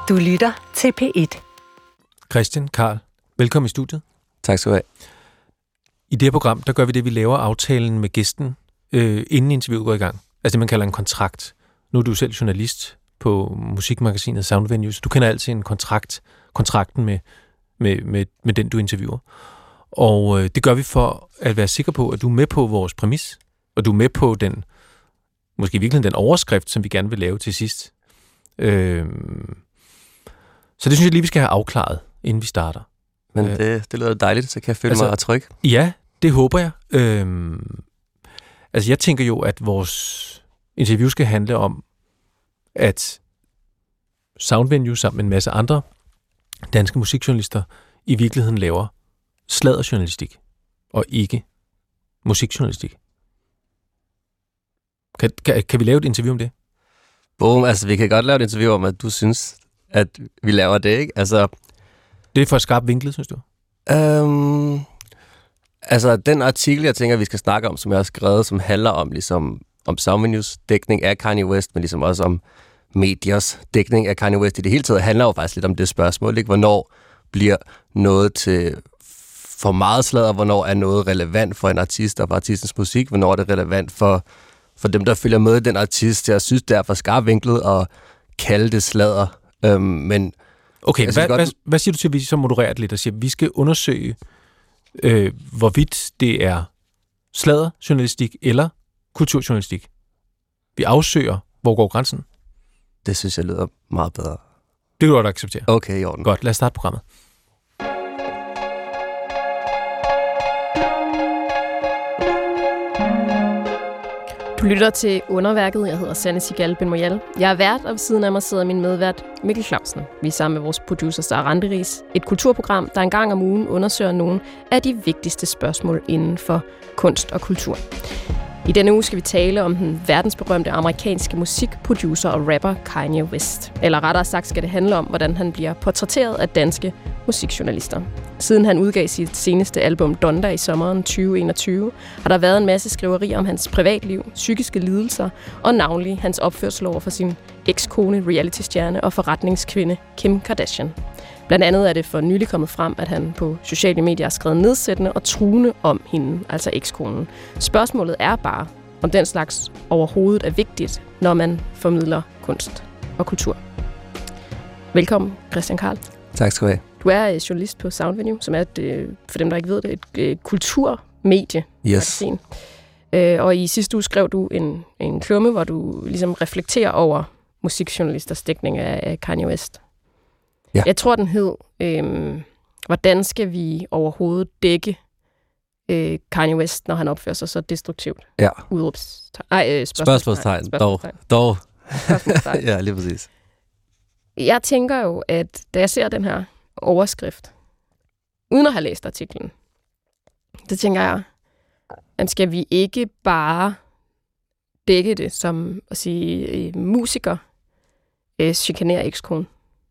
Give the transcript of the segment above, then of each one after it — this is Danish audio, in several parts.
Du lytter til P1. Christian, Karl, velkommen i studiet. Tak skal du have. I det her program, der gør vi det, vi laver aftalen med gæsten, inden interviewet går i gang. Altså det, man kalder en kontrakt. Nu er du selv journalist på musikmagasinet Sound Venues. Du kender altid en kontrakten med den, du interviewer. Og det gør vi for at være sikker på, at du er med på vores præmis, og du er med på den, måske virkelig den overskrift, som vi gerne vil lave til sidst. Så det synes jeg lige, vi skal have afklaret, inden vi starter. Men det lyder dejligt, så kan jeg føle mig tryg. Ja, det håber jeg. Jeg tænker jo, at vores interview skal handle om, at Sound Venue sammen med en masse andre danske musikjournalister i virkeligheden laver sladderjournalistik, og ikke musikjournalistik. Kan vi lave et interview om det? Boom, vi kan godt lave et interview om, at du synes, at vi laver det, ikke? Det er for at skarpe vinklet, synes du? Den artikel, jeg tænker, vi skal snakke om, som jeg har skrevet, som handler om, ligesom, om Sound Venues dækning af Kanye West, men ligesom også om mediers dækning af Kanye West i det hele taget, handler jo faktisk lidt om det spørgsmål, ikke? Hvornår bliver noget til for meget sladder, hvornår er noget relevant for en artist og for artistens musik, hvornår er det relevant for dem, der følger med i den artist. Jeg synes, det er for skarpvinklet at kalde det sladder. Men okay, hvad siger du til, at vi så modererer det lidt og siger, at vi skal undersøge, hvorvidt det er sladderjournalistik eller kulturjournalistik? Vi afsøger, hvor går grænsen? Det synes jeg lyder meget bedre. Det kan du godt acceptere. Okay, i orden. Godt, lad os starte programmet. Du lytter til Underværket. Jeg hedder Sanne Sigal Ben-Moyal. Jeg er vært, og ved siden af mig sidder min medvært Mikkel Clausen. Vi er sammen med vores producer Sara Randeris. Et kulturprogram, der en gang om ugen undersøger nogle af de vigtigste spørgsmål inden for kunst og kultur. I denne uge skal vi tale om den verdensberømte amerikanske musikproducer og rapper Kanye West. Eller rettere sagt skal det handle om, hvordan han bliver portrætteret af danske musikjournalister. Siden han udgav sit seneste album Donda i sommeren 2021, har der været en masse skriverier om hans privatliv, psykiske lidelser og navnlig hans opførsel over for sin ekskone, reality-stjerne og forretningskvinde Kim Kardashian. Blandt andet er det for nylig kommet frem, at han på sociale medier har skrevet nedsættende og truende om hende, altså ekskonen. Spørgsmålet er bare, om den slags overhovedet er vigtigt, når man formidler kunst og kultur. Velkommen, Christian Karl. Tak skal du have. Du er journalist på Sound Venue, som er, for dem der ikke ved det, et kulturmedie. Yes. Og i sidste uge skrev du en klumme, hvor du ligesom reflekterer over musikjournalisters dækning af Kanye West. Ja. Jeg tror, den hed, hvordan skal vi overhovedet dække Kanye West, når han opfører sig så destruktivt? Ja. Spørgsmålstegn. Dog. Ja, lige præcis. Jeg tænker jo, at da jeg ser den her overskrift, uden at have læst artiklen, så tænker jeg, at skal vi ikke bare dække det som at sige musiker chikanerer ekskone?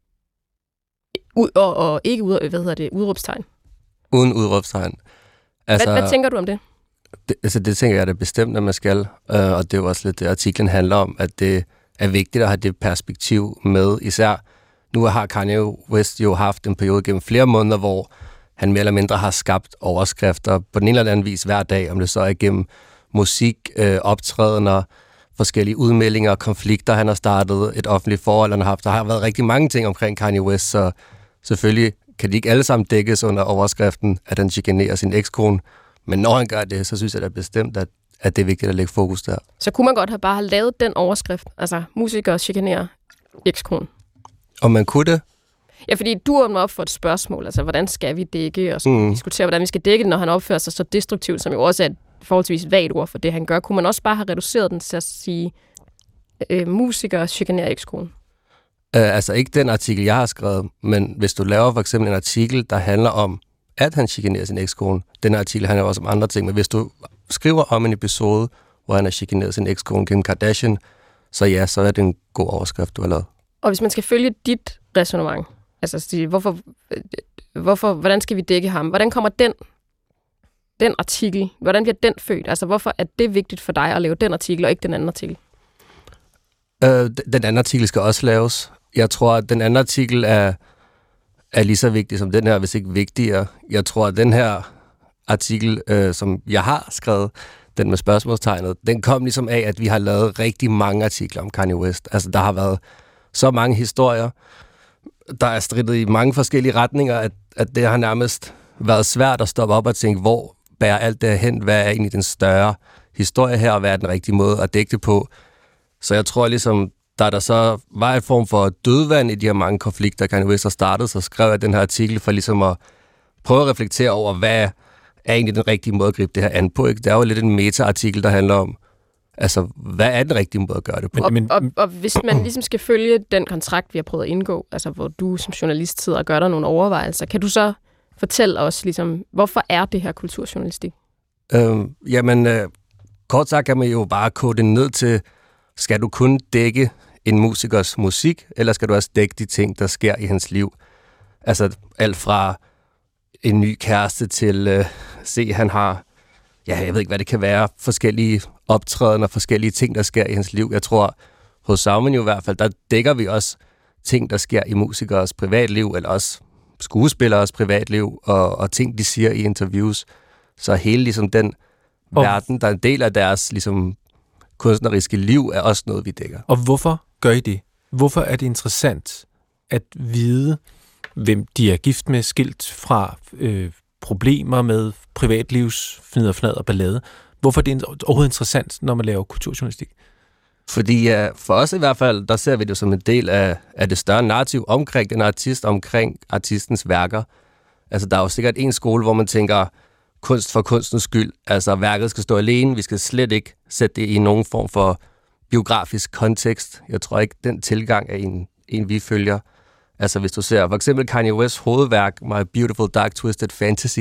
Og ikke udråbstegn. Uden udråbstegn. Hvad tænker du om det? Det tænker jeg da bestemt, at man skal. Og det er jo også lidt det, artiklen handler om, at det er vigtigt at have det perspektiv med. Især nu har Kanye West jo haft en periode gennem flere måneder, hvor han mere eller mindre har skabt overskrifter på den ene eller anden vis hver dag, om det så er gennem musik, optrædener, forskellige udmeldinger og konflikter. Han har startet et offentligt forhold, han har haft. Der har været rigtig mange ting omkring Kanye West, så selvfølgelig kan de ikke alle sammen dækkes under overskriften, at han chikanerer sin ekskone. Men når han gør det, så synes jeg da bestemt, at det er vigtigt at lægge fokus der. Så kunne man godt bare have lavet den overskrift, altså musikere chikanerer ekskone? Og man kunne det? Ja, fordi du åbner op for et spørgsmål, altså hvordan skal vi dække, og så diskutere, hvordan vi skal dække det, når han opfører sig så destruktivt, som jo også er et forholdsvis vagt ord for det, han gør. Kunne man også bare have reduceret den til at sige, musikere chikanerer ekskone? Ikke den artikel, jeg har skrevet, men hvis du laver for eksempel en artikel, der handler om, at han chikanerer sin ekskone, den artikel handler også om andre ting, men hvis du skriver om en episode, hvor han har chikaneret sin ekskone Kim Kardashian, så ja, så er det en god overskrift, du har lavet. Og hvis man skal følge dit ræsonnement, altså sige, hvordan skal vi dække ham? Hvordan kommer den artikel, hvordan bliver den født? Altså hvorfor er det vigtigt for dig at lave den artikel, og ikke den anden artikel? Den anden artikel skal også laves, Jeg tror, at den anden artikel er lige så vigtig som den her, hvis ikke vigtigere. Jeg tror, at den her artikel, som jeg har skrevet, den med spørgsmålstegnet, den kom ligesom af, at vi har lavet rigtig mange artikler om Kanye West. Altså, der har været så mange historier, der er strittet i mange forskellige retninger, at det har nærmest været svært at stoppe op og tænke, hvor bærer alt det hen? Hvad er egentlig den større historie her, og hvad er den rigtige måde at dække det på? Så jeg tror ligesom, der så var en form for dødvand i de her mange konflikter, Kanye West har startet, så skrev jeg den her artikel for ligesom at prøve at reflektere over, hvad er egentlig den rigtige måde at gribe det her an på. Ikke? Det er jo lidt en meta-artikel, der handler om, altså, hvad er den rigtige måde at gøre det på? Og hvis man ligesom skal følge den kontrakt, vi har prøvet at indgå, altså hvor du som journalist sidder og gør dig nogle overvejelser, kan du så fortælle os, ligesom, hvorfor er det her kulturjournalistik? Kort sagt kan man jo bare kode det ned til, skal du kun dække en musikers musik, eller skal du også dække de ting, der sker i hans liv? Altså alt fra en ny kæreste til, han har, jeg ved ikke, hvad det kan være, forskellige optrædener, forskellige ting, der sker i hans liv. Jeg tror, hos Soundvenue i hvert fald, der dækker vi også ting, der sker i musikers privatliv, eller også skuespilleres privatliv, og ting, de siger i interviews. Så hele ligesom den verden, der er en del af deres ligesom kunstneriske liv, er også noget, vi dækker. Og hvorfor gør I det? Hvorfor er det interessant at vide, hvem de er gift med, skilt fra, problemer med privatlivs, fnid og flad og ballade? Hvorfor er det overhovedet interessant, når man laver kulturjournalistik? Fordi for os i hvert fald, der ser vi det som en del af det større narrativ omkring den artist, omkring artistens værker. Altså, der er jo sikkert en skole, hvor man tænker, kunst for kunstens skyld. Altså, værket skal stå alene. Vi skal slet ikke sætte det i nogen form for biografisk kontekst. Jeg tror ikke, den tilgang er en vi følger. Altså, hvis du ser for eksempel Kanye Wests hovedværk, My Beautiful Dark Twisted Fantasy,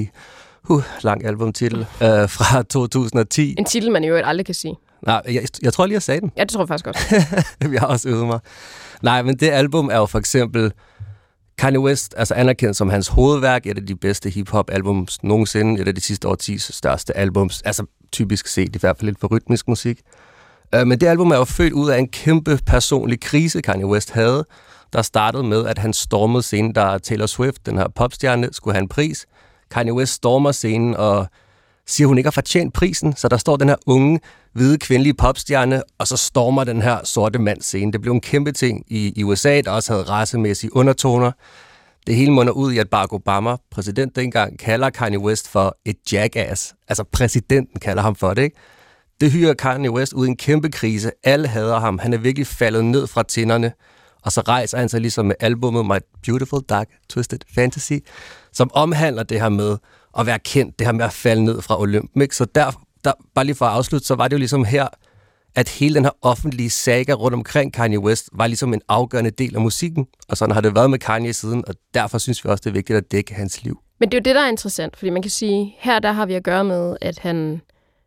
lang albumtitel, fra 2010. En titel, man jo aldrig kan sige. Nej, jeg tror lige, jeg sagde den. Ja, det tror jeg faktisk også. Jeg har også øvet mig. Nej, men det album er jo for eksempel Kanye West, altså anerkendt som hans hovedværk, et af de bedste hip-hop-albums nogensinde, et af de sidste årtis største albums, altså typisk set, i hvert fald lidt for rytmisk musik. Men det album er jo født ud af en kæmpe personlig krise, Kanye West havde, der startede med, at han stormede scenen, da Taylor Swift, den her popstjerne, skulle have en pris. Kanye West stormer scenen og siger, hun ikke har fortjent prisen, så der står den her unge, hvide, kvindelige popstjerne, og så stormer den her sorte mand scene. Det blev en kæmpe ting i USA, der også havde racemæssige undertoner. Det hele munder ud i, at Barack Obama, præsident dengang, kalder Kanye West for et jackass. Altså præsidenten kalder ham for det, ikke? Det hyrer Kanye West ud i en kæmpe krise. Alle hader ham. Han er virkelig faldet ned fra tinderne. Og så rejser han sig ligesom med albumet My Beautiful Dark Twisted Fantasy, som omhandler det her med at være kendt, det her med at falde ned fra Olympen, ikke? Så der, bare lige for at afslutte, så var det jo ligesom her, at hele den her offentlige saga rundt omkring Kanye West var ligesom en afgørende del af musikken, og sådan har det været med Kanye siden, og derfor synes vi også, det er vigtigt at dække hans liv. Men det er jo det, der er interessant, fordi man kan sige, her der har vi at gøre med, at han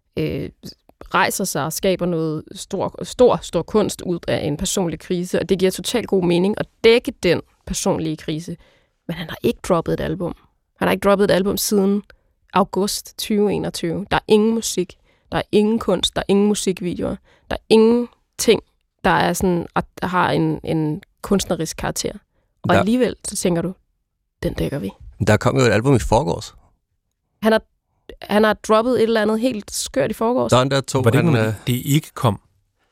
rejser sig og skaber noget stor kunst ud af en personlig krise, og det giver totalt god mening at dække den personlige krise. Men han har ikke droppet et album. Han har ikke droppet et album siden august 2021. Der er ingen musik, der er ingen kunst, der er ingen musikvideoer, der er ingenting, der er sådan, der har en kunstnerisk karakter. Og alligevel, så tænker du, den dækker vi. Der kom jo et album i forgårs. Han har droppet et eller andet helt skørt i forgårs. Var det ikke kom?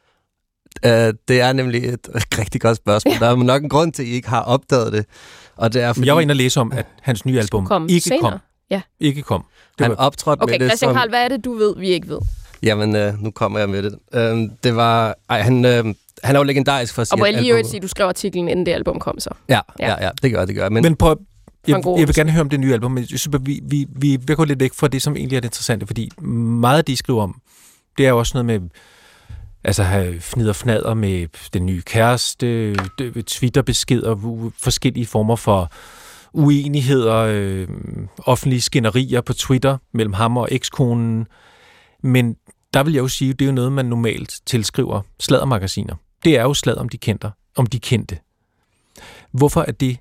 Det er nemlig et rigtig godt spørgsmål. Ja. Der er nok en grund til, at I ikke har opdaget det. Og det er, fordi jeg var inde og læse om, at hans nye album ikke kom. Ja. Ikke kom. Han optrådte med det. Okay, Christian Karl, hvad er det, du ved, vi ikke ved? Jamen, nu kommer jeg med det. Det var... han er jo legendarisk for sit album. Og må jeg lige sige, du skrev artiklen, inden det album kom så? Ja, det gør jeg. Men prøv, jeg vil gerne høre om det nye album, men jeg synes, vi går lidt væk fra det, som egentlig er det interessante, fordi meget af det, I skriver om, det er jo også noget med altså have fnid og fnader med den nye kæreste, Twitter-beskeder, forskellige former for uenigheder, offentlige skænderier på Twitter mellem ham og ekskonen. Men der vil jeg jo sige, det er jo noget, man normalt tilskriver sladdermagasiner. Det er jo slad om de kendte. Hvorfor er det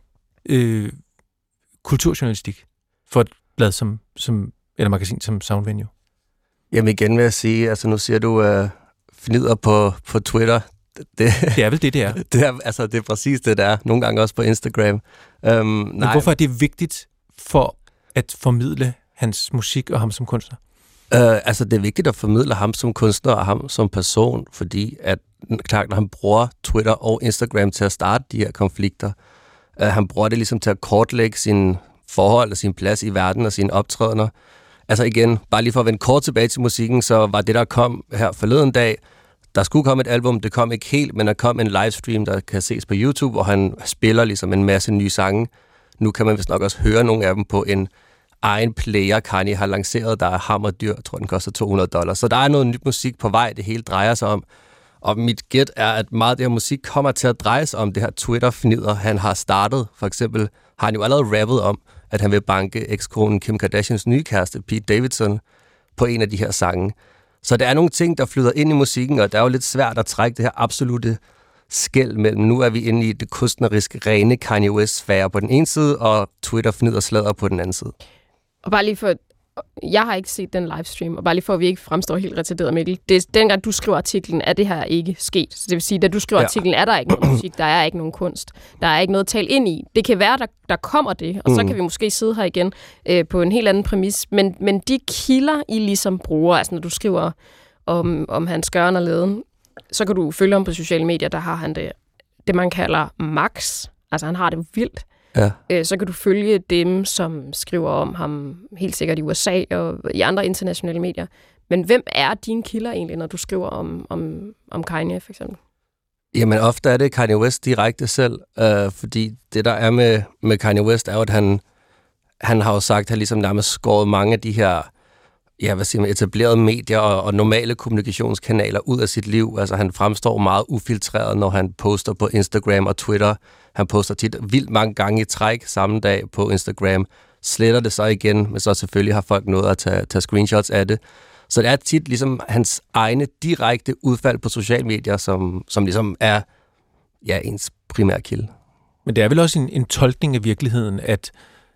kulturjournalistik for et blad eller magasin som Soundvenue? Jamen igen vil jeg sige, altså nu siger du fnider på Twitter. Det er vel det er. Det er præcis det, der er. Nogle gange også på Instagram. Men hvorfor er det vigtigt for at formidle hans musik og ham som kunstner? Det er vigtigt at formidle ham som kunstner og ham som person, fordi at klart, når han bruger Twitter og Instagram til at starte de her konflikter, han bruger det ligesom til at kortlægge sin forhold og sin plads i verden og sine optrædener. Altså igen, bare lige for at vende kort tilbage til musikken, så var det, der kom her forleden dag, der skulle komme et album, det kom ikke helt, men der kom en livestream, der kan ses på YouTube, hvor han spiller ligesom en masse nye sange. Nu kan man vist nok også høre nogle af dem på en egen player, Kanye har lanceret, der er hammerdyr, jeg tror, den koster $200. Så der er noget nyt musik på vej, det hele drejer sig om. Og mit gæt er, at meget af det her musik kommer til at dreje sig om det her Twitter-fnider, han har startet. For eksempel har han jo allerede rappet om, at han vil banke ekskonen Kim Kardashians nye kæreste, Pete Davidson, på en af de her sange. Så der er nogle ting, der flyder ind i musikken, og det er jo lidt svært at trække det her absolute skel mellem. Nu er vi inde i det kunstneriske rene Kanye West-sfære på den ene side, og Twitter-fnider sladder på den anden side. Og bare lige for... Jeg har ikke set den livestream, og bare lige for, at vi ikke fremstår helt retarderet, Mikkel. Dengang du skriver artiklen, er det her ikke sket. Så det vil sige, da du skriver artiklen, er der ikke nogen musik, der er ikke nogen kunst. Der er ikke noget at tale ind i. Det kan være, der kommer det, og så kan vi måske sidde her igen på en helt anden præmis. Men de kilder, I ligesom bruger, altså når du skriver om hans gøren og leden, så kan du følge ham på sociale medier, der har han det man kalder max. Altså han har det vildt. Ja. Så kan du følge dem, som skriver om ham helt sikkert i USA og i andre internationale medier. Men hvem er dine kilder egentlig, når du skriver om Kanye, for eksempel? Jamen, ofte er det Kanye West direkte selv, fordi det, der er med Kanye West, er jo, at han har jo sagt, at han ligesom nærmest skåret mange af de her etablerede medier og normale kommunikationskanaler ud af sit liv. Altså, han fremstår meget ufiltreret, når han poster på Instagram og Twitter. Han poster tit vildt mange gange i træk samme dag på Instagram, sletter det så igen, men så selvfølgelig har folk noget at tage screenshots af det. Så det er tit ligesom hans egne direkte udfald på sociale medier, som ligesom er ens primære kilde. Men det er vel også en tolkning af virkeligheden, at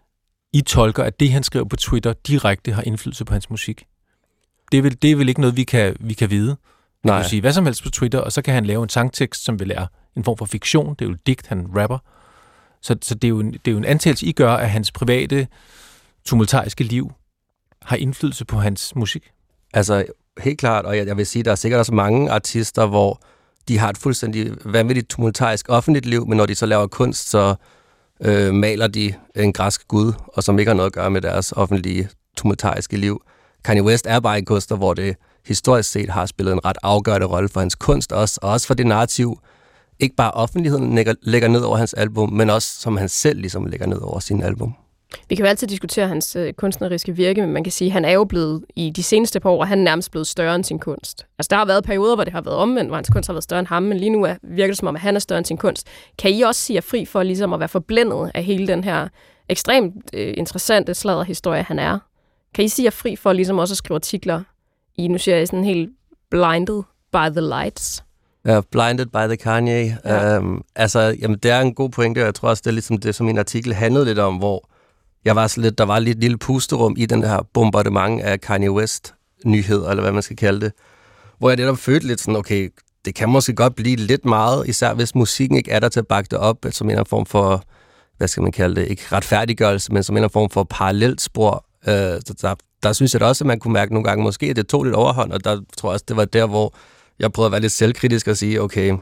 I tolker, at det, han skriver på Twitter, direkte har indflydelse på hans musik. Det er vel ikke noget, vi kan vide. Nej. Du kan sige hvad som helst på Twitter, og så kan han lave en sangtekst, som vil være en form for fiktion. Det er jo digt, han rapper. Så det er jo en antagelse, I gør, at hans private, tumultariske liv har indflydelse på hans musik. Altså, helt klart, og jeg vil sige, der er sikkert også mange artister, hvor de har et fuldstændig vanvittigt tumultarisk offentligt liv, men når de så laver kunst, så maler de en græsk gud, og som ikke har noget at gøre med deres offentlige tumultariske liv. Kanye West er bare en kunstner, hvor det historisk set har spillet en ret afgørende rolle for hans kunst også, og også for det narrativ, ikke bare offentligheden lægger ned over hans album, men også som han selv ligesom lægger ned over sin album. Vi kan jo altid diskutere hans kunstneriske virke, men man kan sige, at han er jo blevet, i de seneste par år, han er nærmest blevet større end sin kunst. Altså, der har været perioder, hvor det har været omvendt, hvor hans kunst har været større end ham, men lige nu virker det som om, at han er større end sin kunst. Kan I også sige jer fri for ligesom at være forblændet af hele den her ekstremt interessante sladderhistorie, han er? Kan I sige jer fri for ligesom også at skrive artikler i, nu siger jeg sådan helt blinded by the lights? Ja, blinded by the Kanye. Ja. Jamen, det er en god pointe, og jeg tror også, det er ligesom det, som min artikel handlede lidt om, hvor der var lidt lille pusterum i den her bombardement af Kanye West-nyheder, eller hvad man skal kalde det, hvor jeg netop følte lidt sådan, okay, det kan måske godt blive lidt meget, især hvis musikken ikke er der til at bakke det op, som en form for, hvad skal man kalde det, ikke retfærdiggørelse, men som en form for parallelt spor. Der synes jeg da også, at man kunne mærke nogle gange, måske at det tog lidt overhånd, og der tror jeg også, det var der, hvor jeg prøvede at være lidt selvkritisk og sige, okay,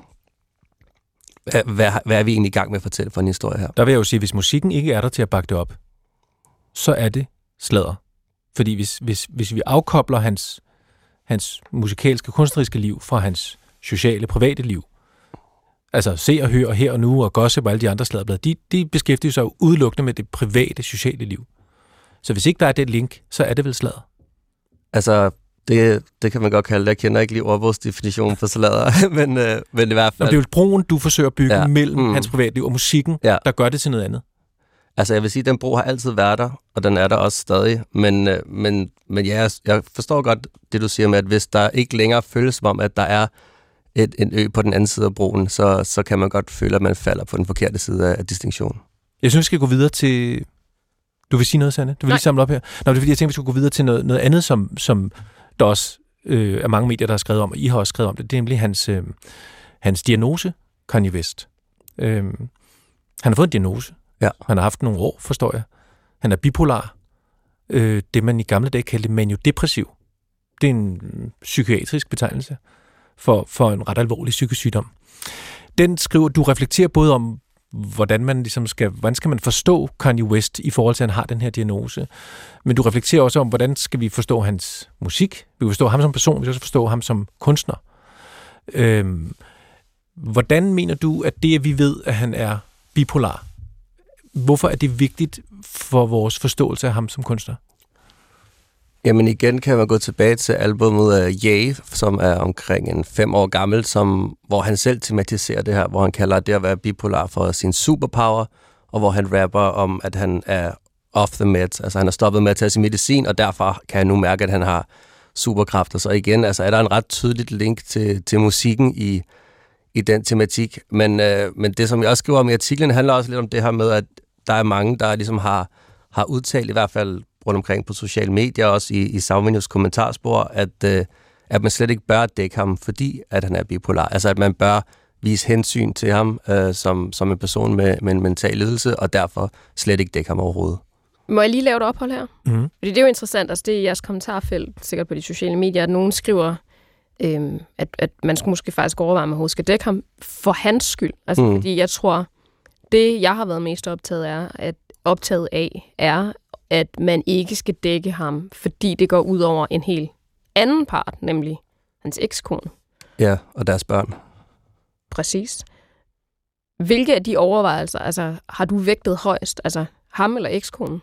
hvad er vi egentlig i gang med at fortælle for en historie her? Der vil jeg jo sige, hvis musikken ikke er der til at bakke det op, så er det sladder. Fordi hvis vi afkobler hans musikalske, kunstneriske liv fra hans sociale, private liv, altså Se og Hør og Her og Nu og Gossip og alle de andre sladderblade, de beskæftiger sig jo udelukkende med det private, sociale liv. Så hvis ikke der er det link, så er det vel sladder. Altså, det kan man godt kalde det. Jeg kender ikke lige ordbogs definition for sladder, men i hvert fald... Og det er jo broen, du forsøger at bygge mellem hans privatliv og musikken, der gør det til noget andet. Altså, jeg vil sige, at den bro har altid været der, og den er der også stadig. Men ja, jeg forstår godt det, du siger med, at hvis der ikke længere føles som om, at der er en ø på den anden side af broen, så kan man godt føle, at man falder på den forkerte side af distinktionen. Jeg synes, vi skal gå videre til... Du vil sige noget, Sanne? Du vil lige samle op her? Nå, det er fordi, jeg tænker, vi skal gå videre til noget andet, som der også er mange medier, der har skrevet om, og I har også skrevet om det. Det er nemlig hans diagnose, Kanye West. Han har fået en diagnose. Ja. Han har haft nogle år, forstår jeg. Han er bipolar. Det, man i gamle dage kaldte maniodepressiv. Det er en psykiatrisk betegnelse for en ret alvorlig psykisk sygdom. Den skriver, du reflekterer både om, hvordan skal man forstå Kanye West i forhold til, at han har den her diagnose. Men du reflekterer også om, hvordan skal vi forstå hans musik. Vi kan forstå ham som person, vi skal også forstå ham som kunstner. Hvordan mener du, at det, at vi ved, at han er bipolar, hvorfor er det vigtigt for vores forståelse af ham som kunstner? Jamen igen kan man gå tilbage til albumet af Ye, som er omkring 5 år gammel, hvor han selv tematiserer det her, hvor han kalder det at være bipolar for sin superpower, og hvor han rapper om, at han er off the meds, altså han er stoppet med at tage sin medicin, og derfor kan han nu mærke, at han har superkræfter. Så igen, altså er der en ret tydeligt link til musikken i den tematik. Men det, som jeg også skriver om i artiklen, handler også lidt om det her med, at der er mange, der ligesom har udtalt, i hvert fald rundt omkring på sociale medier, også i Soundvenues kommentarspor, at man slet ikke bør dække ham, fordi at han er bipolar. Altså at man bør vise hensyn til ham som en person med en mental lidelse, og derfor slet ikke dække ham overhovedet. Må jeg lige lave et ophold her? Mm-hmm. Fordi det er jo interessant, altså det er i jeres kommentarfelt, sikkert på de sociale medier, at nogen skriver, at man skulle måske faktisk overveje, at man skal dække ham for hans skyld. Altså fordi jeg tror, det jeg har været mest optaget af, er, at man ikke skal dække ham, fordi det går ud over en helt anden part, nemlig hans ekskone. Ja, og deres børn. Præcis. Hvilke af de overvejelser, altså har du vægtet højst, altså ham eller ekskonen?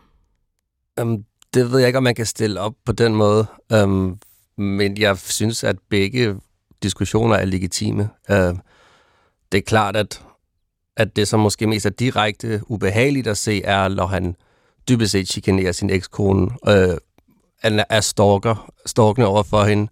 Det ved jeg ikke, om man kan stille op på den måde, men jeg synes, at begge diskussioner er legitime. Det er klart, at det, som måske mest er direkte ubehageligt at se, er, når han dybest set chikanerer sin ekskone, er stalkende over for hende,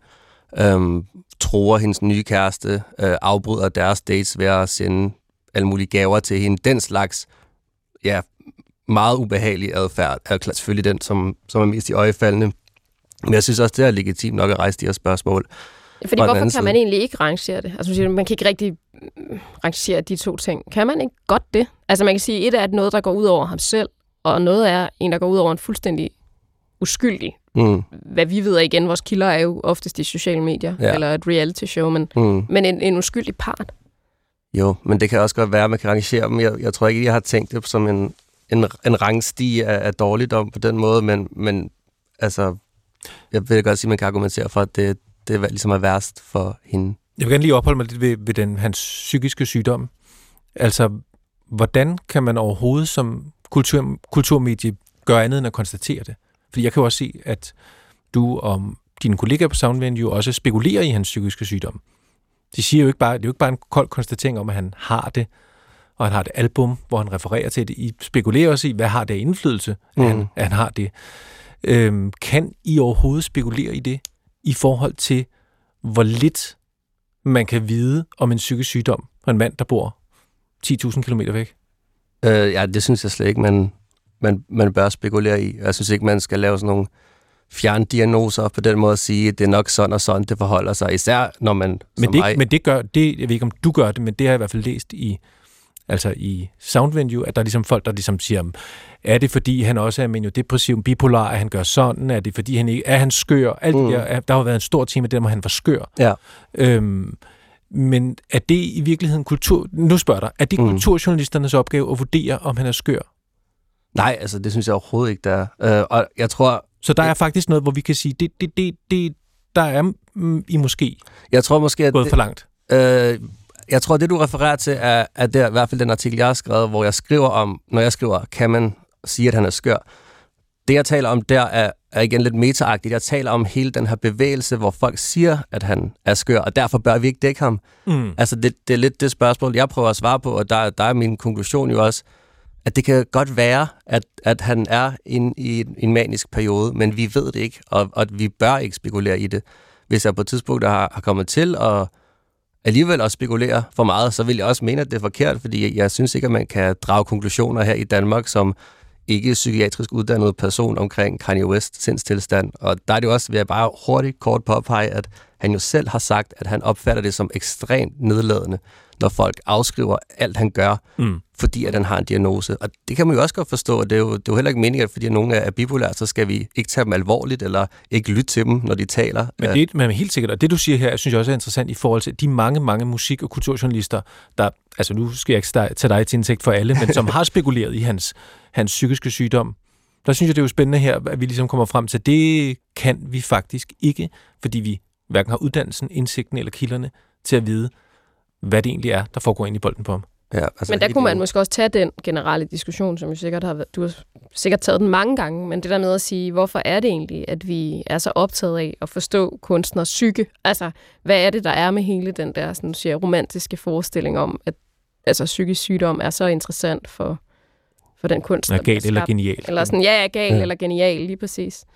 tror hendes nye kæreste, afbryder deres dates ved at sende alle mulige gaver til hende. Den slags, ja, meget ubehagelig adfærd er selvfølgelig den, som er mest i øjefaldende. Men jeg synes også, det er legitimt nok at rejse de her spørgsmål. Fordi hvorfor kan man egentlig ikke rangere det? Altså man kan ikke rigtig rangere de to ting. Kan man ikke godt det? Altså man kan sige, et er noget, der går ud over ham selv, og noget er en, der går ud over en fuldstændig uskyldig. Hvad vi ved igen, vores kilder er jo oftest i sociale medier, eller et reality show, men en uskyldig part. Jo, men det kan også godt være, at man kan rangere dem. Jeg tror ikke, jeg har tænkt det som en rangstige af dårligdom på den måde, men altså, jeg vil godt sige, at man kan argumentere for, at det ligesom er værst for hende. Jeg vil gerne lige opholde mig lidt ved hans psykiske sygdom. Altså, hvordan kan man overhovedet som kulturmedie gøre andet end at konstatere det? Fordi jeg kan jo også se, at du og dine kollegaer på Soundvenue også spekulerer i hans psykiske sygdom. De siger jo ikke bare, det er jo ikke bare en kold konstatering om, at han har det, og han har et album, hvor han refererer til det. I spekulerer også i, hvad har det indflydelse, at han har det. Kan I overhovedet spekulere i det, i forhold til, hvor lidt man kan vide om en psykisk sygdom for en mand, der bor 10.000 kilometer væk? Ja, det synes jeg slet ikke, man bør spekulere i. Jeg synes ikke, man skal lave sådan nogle fjerndiagnoser på den måde at sige, at det er nok sådan og sådan, det forholder sig. Især når man Men det gør, jeg ved ikke, om du gør det, men det har jeg i hvert fald læst i Soundvenue, at der er ligesom folk, der ligesom siger, er det fordi han også er maniodepressiv, bipolar, at han gør sådan, er det fordi han ikke er han skør, alt det der har været en stor tema der, hvor han var skør. Ja. Men er det i virkeligheden er det kulturjournalisternes opgave at vurdere, om han er skør? Nej, altså det synes jeg overhovedet ikke, der er. Og jeg tror... Så der er faktisk noget, hvor vi kan sige, der er I måske, jeg tror måske, at gået for langt. Jeg tror, det du refererer til, er der, i hvert fald den artikel, jeg har skrevet, hvor jeg skriver om, når jeg skriver, kan man sige, at han er skør. Det, jeg taler om der, er igen lidt meta-agtigt. Jeg taler om hele den her bevægelse, hvor folk siger, at han er skør, og derfor bør vi ikke dække ham. Altså, det er lidt det spørgsmål, jeg prøver at svare på, og der er min konklusion jo også, at det kan godt være, at han er inde i en manisk periode, men vi ved det ikke, og vi bør ikke spekulere i det. Hvis jeg på et tidspunkt har kommet til at alligevel også spekulere for meget, så vil jeg også mene, at det er forkert, fordi jeg synes ikke, at man kan drage konklusioner her i Danmark som ikke psykiatrisk uddannet person omkring Kanye West sindstilstand. Og der er det jo også, vil jeg bare hurtigt kort påpege, at han jo selv har sagt, at han opfatter det som ekstremt nedladende, når folk afskriver alt, han gør, fordi at han har en diagnose. Og det kan man jo også godt forstå, at det er jo heller ikke meningen, at fordi nogen er bipolære, så skal vi ikke tage dem alvorligt, eller ikke lytte til dem, når de taler. Men helt sikkert, og det du siger her, synes jeg også er interessant i forhold til de mange musik- og kulturjournalister, der, altså nu skal jeg ikke tage dig til indtægt for alle, men som har spekuleret i hans psykiske sygdom. Der synes jeg, det er jo spændende her, at vi ligesom kommer frem til, det kan vi faktisk ikke, fordi vi hverken har uddannelsen, indsigten eller kilderne til at vide, hvad det egentlig er, der foregår ind i bolden på ham. Ja, altså men der kunne man måske også tage den generelle diskussion, som du har sikkert taget den mange gange, men det der med at sige, hvorfor er det egentlig, at vi er så optaget af at forstå kunstners psyke? Altså, hvad er det, der er med hele den der sådan, siger, romantiske forestilling om, at altså, psykisk sygdom er så interessant for den kunst, der gal eller genial. Eller sådan, gal eller genial, lige præcis.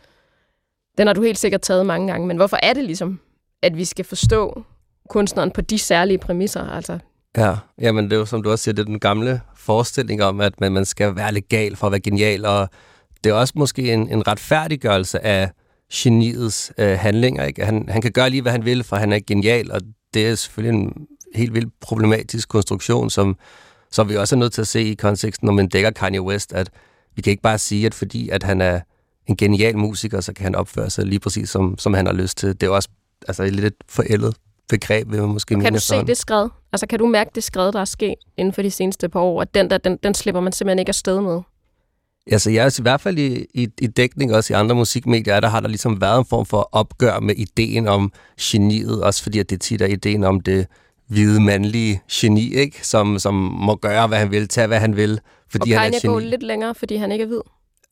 Den har du helt sikkert taget mange gange, men hvorfor er det ligesom, at vi skal forstå kunstneren på de særlige præmisser, altså? Ja, jamen det er jo, som du også siger, det er den gamle forestilling om, at man skal være lidt gal for at være genial, og det er også måske en retfærdiggørelse af geniets handlinger, ikke? Han kan gøre lige, hvad han vil, for han er genial, og det er selvfølgelig en helt vildt problematisk konstruktion, som vi også er nødt til at se i konteksten, når man dækker Kanye West, at vi kan ikke bare sige, at fordi at han er en genial musiker, så kan han opføre sig lige præcis, som han har lyst til. Det er også altså, et lidt forældet begreb, vil man måske mene. Kan du se det skred? Altså, kan du mærke det skred, der er sket inden for de seneste par år, at den slipper man simpelthen ikke afsted med? Altså, jeg er i hvert fald i dækning, også i andre musikmedier, der har der ligesom været en form for opgør med ideen om geniet, også fordi at det tit er ideen om det hvide mandlige geni, ikke? Som må gøre, hvad han vil, tage, hvad han vil, fordi og han er Kanye går lidt længere, fordi han ikke er hvid?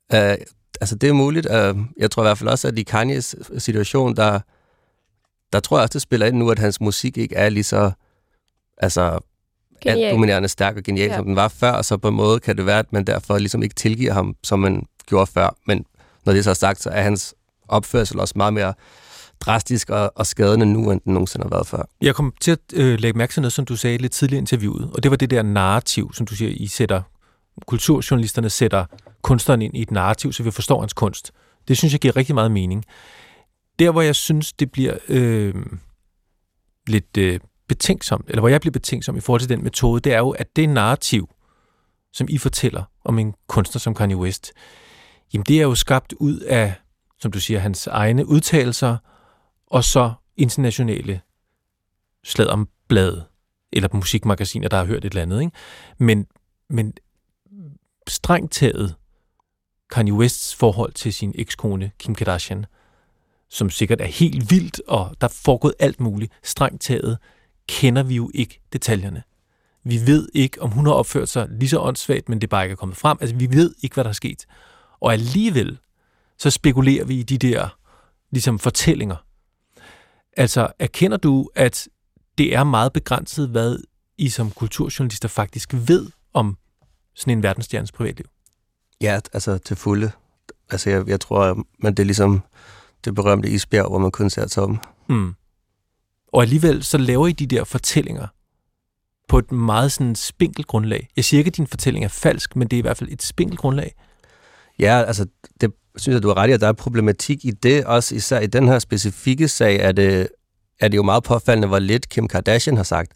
Altså, det er muligt. Jeg tror i hvert fald også, at i Kanyes situation, der tror jeg også, det spiller ind nu, at hans musik ikke er lige så alt dominerende stærk og genial, som den var før, og så på en måde kan det være, at man derfor ligesom ikke tilgiver ham, som man gjorde før. Men når det så er sagt, så er hans opførsel også meget mere drastisk og skadende nu, end den nogensinde har været før. Jeg kom til at lægge mærke til noget, som du sagde lidt tidligere i interviewet, og det var det der narrativ, som du siger, kulturjournalisterne sætter kunstneren ind i et narrativ, så vi forstår hans kunst. Det synes jeg giver rigtig meget mening. Der, hvor jeg synes, det bliver lidt betænksomt, eller hvor jeg bliver betænksom i forhold til den metode, det er jo, at det narrativ, som I fortæller om en kunstner som Kanye West, jamen det er jo skabt ud af, som du siger, hans egne udtalelser, og så internationale sladderblade, eller musikmagasiner, der har hørt et eller andet, ikke? Men strengt taget Kanye Wests forhold til sin ekskone Kim Kardashian, som sikkert er helt vildt, og der er foregået alt muligt, strengt taget, kender vi jo ikke detaljerne. Vi ved ikke, om hun har opført sig lige så åndssvagt, men det bare ikke er kommet frem. Altså, vi ved ikke, hvad der er sket. Og alligevel, så spekulerer vi i de der ligesom fortællinger. Altså, erkender du, at det er meget begrænset, hvad I som kulturjournalister faktisk ved om sådan en verdensstjernes privatliv? Ja, altså til fulde. Altså, jeg tror, men det er ligesom det berømte isbjerg, hvor man kun ser toppen. Og alligevel så laver I de der fortællinger på et meget sådan spinkelt grundlag. Jeg siger ikke, at din fortælling er falsk, men det er i hvert fald et spinkelt grundlag. Ja, altså det synes jeg, du har ret i, at der er problematik i det. Også især i den her specifikke sag er det jo meget påfaldende, hvor lidt Kim Kardashian har sagt.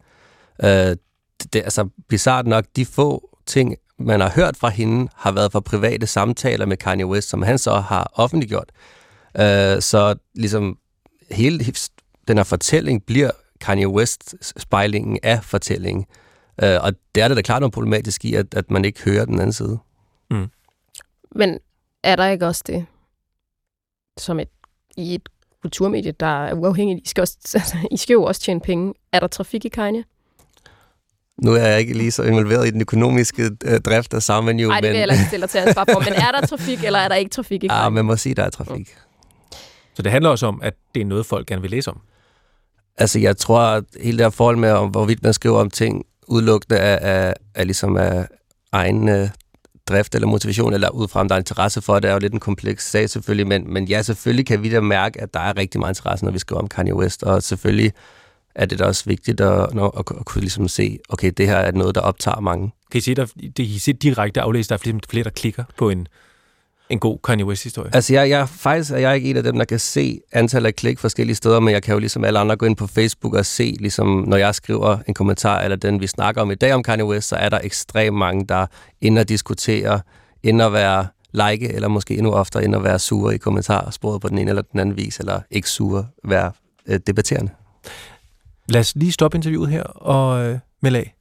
Det er altså bizarrt nok, de få ting, man har hørt fra hende, har været fra private samtaler med Kanye West, som han så har offentliggjort. Så ligesom hele den her fortælling bliver Kanye West-spejlingen af fortællingen. Og det er det da klart noget problematisk i, at man ikke hører den anden side. Men er der ikke også det, som i et kulturmedie, der er uafhængigt, I skal jo også tjene penge. Er der trafik i Kanye? Nu er jeg ikke lige så involveret i den økonomiske drift af Soundvenue. Nej, det vil jeg heller ikke stille til ansvar for. Men er der trafik, eller er der ikke trafik i Kanye? Ja, man må sige, der er trafik. Så det handler også om, at det er noget, folk gerne vil læse om? Altså, jeg tror, at hele det her forhold med, om hvorvidt man skriver om ting udelukkende er ligesom af egen drift eller motivation, eller udefra, om der er interesse for det, er jo lidt en kompleks sag selvfølgelig, men ja, selvfølgelig kan vi da mærke, at der er rigtig meget interesse, når vi skriver om Kanye West, og selvfølgelig er det da også vigtigt at kunne ligesom se, okay, det her er noget, der optager mange. Kan I se direkte aflæse, der er flere, der klikker på en en god Kanye West-historie? Altså, jeg er ikke en af dem, der kan se antallet af klik forskellige steder, men jeg kan jo ligesom alle andre gå ind på Facebook og se, ligesom, når jeg skriver en kommentar, eller den, vi snakker om i dag om Kanye West, så er der ekstremt mange, der inde og diskutere, inde at være like, eller måske endnu oftere inde at være sure i kommentarsporet på den ene eller den anden vis, eller ikke sure, være debatterende. Lad os lige stoppe interviewet her og melde af.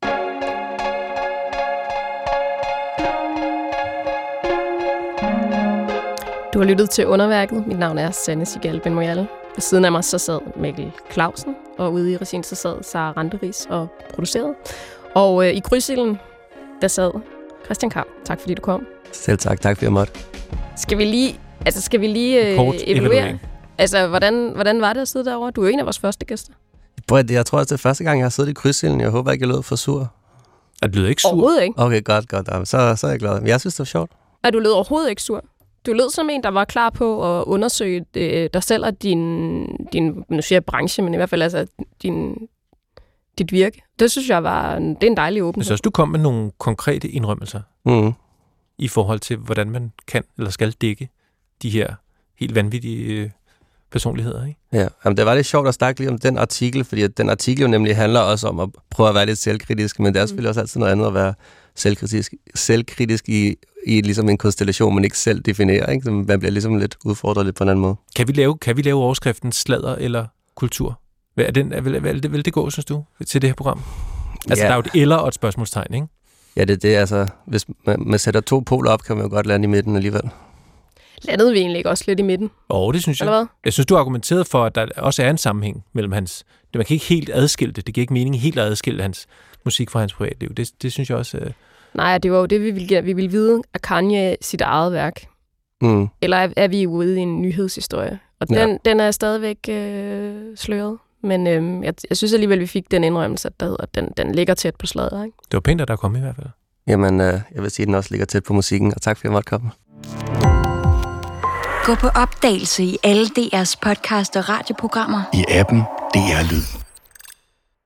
Du har lyttet til Underværket. Mit navn er Sanne Sigal Ben-Moyal. Ved siden af mig så sad Mikkel Clausen, og ude i regien så sad Sara Randeris og producerede. Og i krydsilden, der sad Christian Karl. Tak fordi du kom. Selv tak. Tak fordi jeg måtte. Skal vi lige evaluere? Altså, hvordan var det at sidde derovre? Du er jo en af vores første gæster. Jeg tror, det er første gang, jeg har siddet i krydsilden. Jeg håber ikke, jeg lød for sur. Er du ikke sur? Overhovedet ikke. Okay, godt. Så er jeg glad. Men jeg synes, det var sjovt. Er du lød overhovedet ikke sur? Du lød som en, der var klar på at undersøge dig selv og din nu siger jeg branche, men i hvert fald altså dit virke. Det synes jeg det er en dejlig åbenhed. Jeg synes også, du kom med nogle konkrete indrømmelser i forhold til, hvordan man kan eller skal dække de her helt vanvittige personligheder, ikke? Ja, jamen, det var lidt sjovt at snakke lige om den artikel, fordi den artikel jo nemlig handler også om at prøve at være lidt selvkritisk, men det er selvfølgelig også altid noget andet at være selvkritisk i ligesom en konstellation, man ikke selv definerer, ikke? Så man bliver ligesom lidt udfordret lidt på en anden måde. Kan vi lave overskriften sladder eller kultur? Vil det gå, synes du, til det her program? Altså, der er jo et eller og et spørgsmålstegn, ikke? Ja, det altså, hvis man sætter 2 poler op, kan man jo godt lande i midten alligevel. Landede vi egentlig ikke også lidt i midten? Det synes jeg. Jeg synes, du har argumenteret for, at der også er en sammenhæng mellem hans... Man kan ikke helt adskille det. Det giver ikke mening helt at adskille hans musik fra hans privatliv. Det synes jeg også... Nej, det var jo det, vi ville vide. Er Kanye sit eget værk? Eller er vi ude i en nyhedshistorie? Og den er stadigvæk sløret. Men jeg synes alligevel, vi fik den indrømmelse, der hedder, at den ligger tæt på sladder, ikke? Det var pænt, at der kom i hvert fald. Jamen, jeg vil sige, at den også ligger tæt på musikken, og tak for, at jeg måtte komme. Gå på opdagelse i alle DR's podcast og radioprogrammer. I appen DR Lyd.